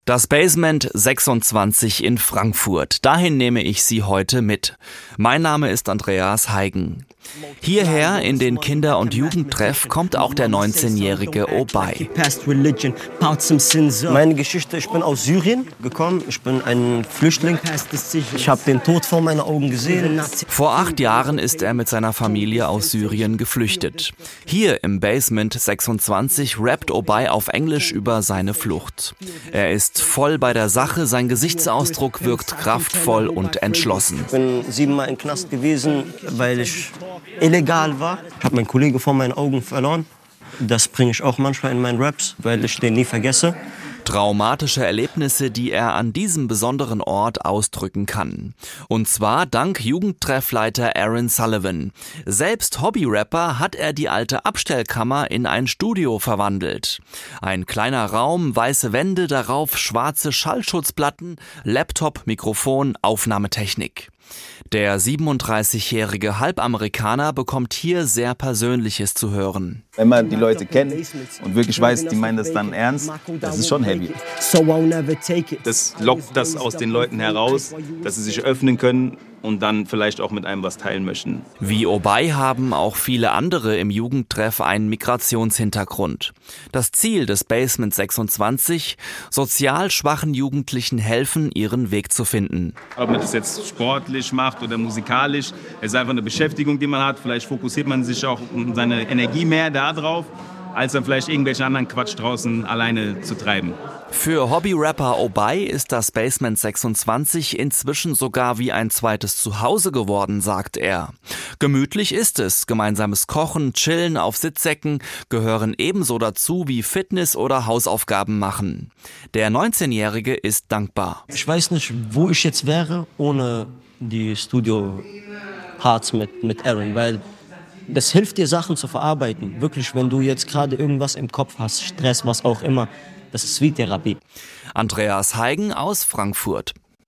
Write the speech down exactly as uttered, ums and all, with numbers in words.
Das Basement sechsundzwanzig in Frankfurt. Dahin nehme ich Sie heute mit. Mein Name ist Andreas Heigen. Hierher in den Kinder- und Jugendtreff kommt auch der neunzehnjährige Obay. Meine Geschichte, ich bin aus Syrien gekommen, ich bin ein Flüchtling. Ich habe den Tod vor meinen Augen gesehen. Vor acht Jahren ist er mit seiner Familie aus Syrien geflüchtet. Hier im Basement sechsundzwanzig rappt Obay auf Englisch über seine Flucht. Er ist voll bei der Sache, sein Gesichtsausdruck wirkt kraftvoll und entschlossen. Ich bin siebenmal im Knast gewesen, weil ich illegal war. Ich habe meinen Kollegen vor meinen Augen verloren. Das bringe ich auch manchmal in meinen Raps, weil ich den nie vergesse. Traumatische Erlebnisse, die er an diesem besonderen Ort ausdrücken kann. Und zwar dank Jugendtreffleiter Aaron Sullivan. Selbst Hobby-Rapper hat er die alte Abstellkammer in ein Studio verwandelt. Ein kleiner Raum, weiße Wände, darauf schwarze Schallschutzplatten, Laptop, Mikrofon, Aufnahmetechnik. Der siebenunddreißigjährige Halbamerikaner bekommt hier sehr Persönliches zu hören. Wenn man die Leute kennt und wirklich weiß, die meinen das dann ernst, das ist schon heavy. Das lockt das aus den Leuten heraus, dass sie sich öffnen können und dann vielleicht auch mit einem was teilen möchten. Wie Obay haben auch viele andere im Jugendtreff einen Migrationshintergrund. Das Ziel des Basement sechsundzwanzig, sozial schwachen Jugendlichen helfen, ihren Weg zu finden. Ob man das jetzt sportlich macht oder musikalisch, es ist einfach eine Beschäftigung, die man hat. Vielleicht fokussiert man sich auch seine Energie mehr darauf, als dann vielleicht irgendwelchen anderen Quatsch draußen alleine zu treiben. Für Hobby-Rapper Obay ist das Basement sechsundzwanzig inzwischen sogar wie ein zweites Zuhause geworden, sagt er. Gemütlich ist es, gemeinsames Kochen, Chillen auf Sitzsäcken gehören ebenso dazu wie Fitness oder Hausaufgaben machen. Der neunzehnjährige ist dankbar. Ich weiß nicht, wo ich jetzt wäre ohne die Studio-Parts mit, mit Aaron, weil das hilft dir, Sachen zu verarbeiten. Wirklich, wenn du jetzt gerade irgendwas im Kopf hast, Stress, was auch immer. Das ist wie Therapie. Andreas Heigen aus Frankfurt.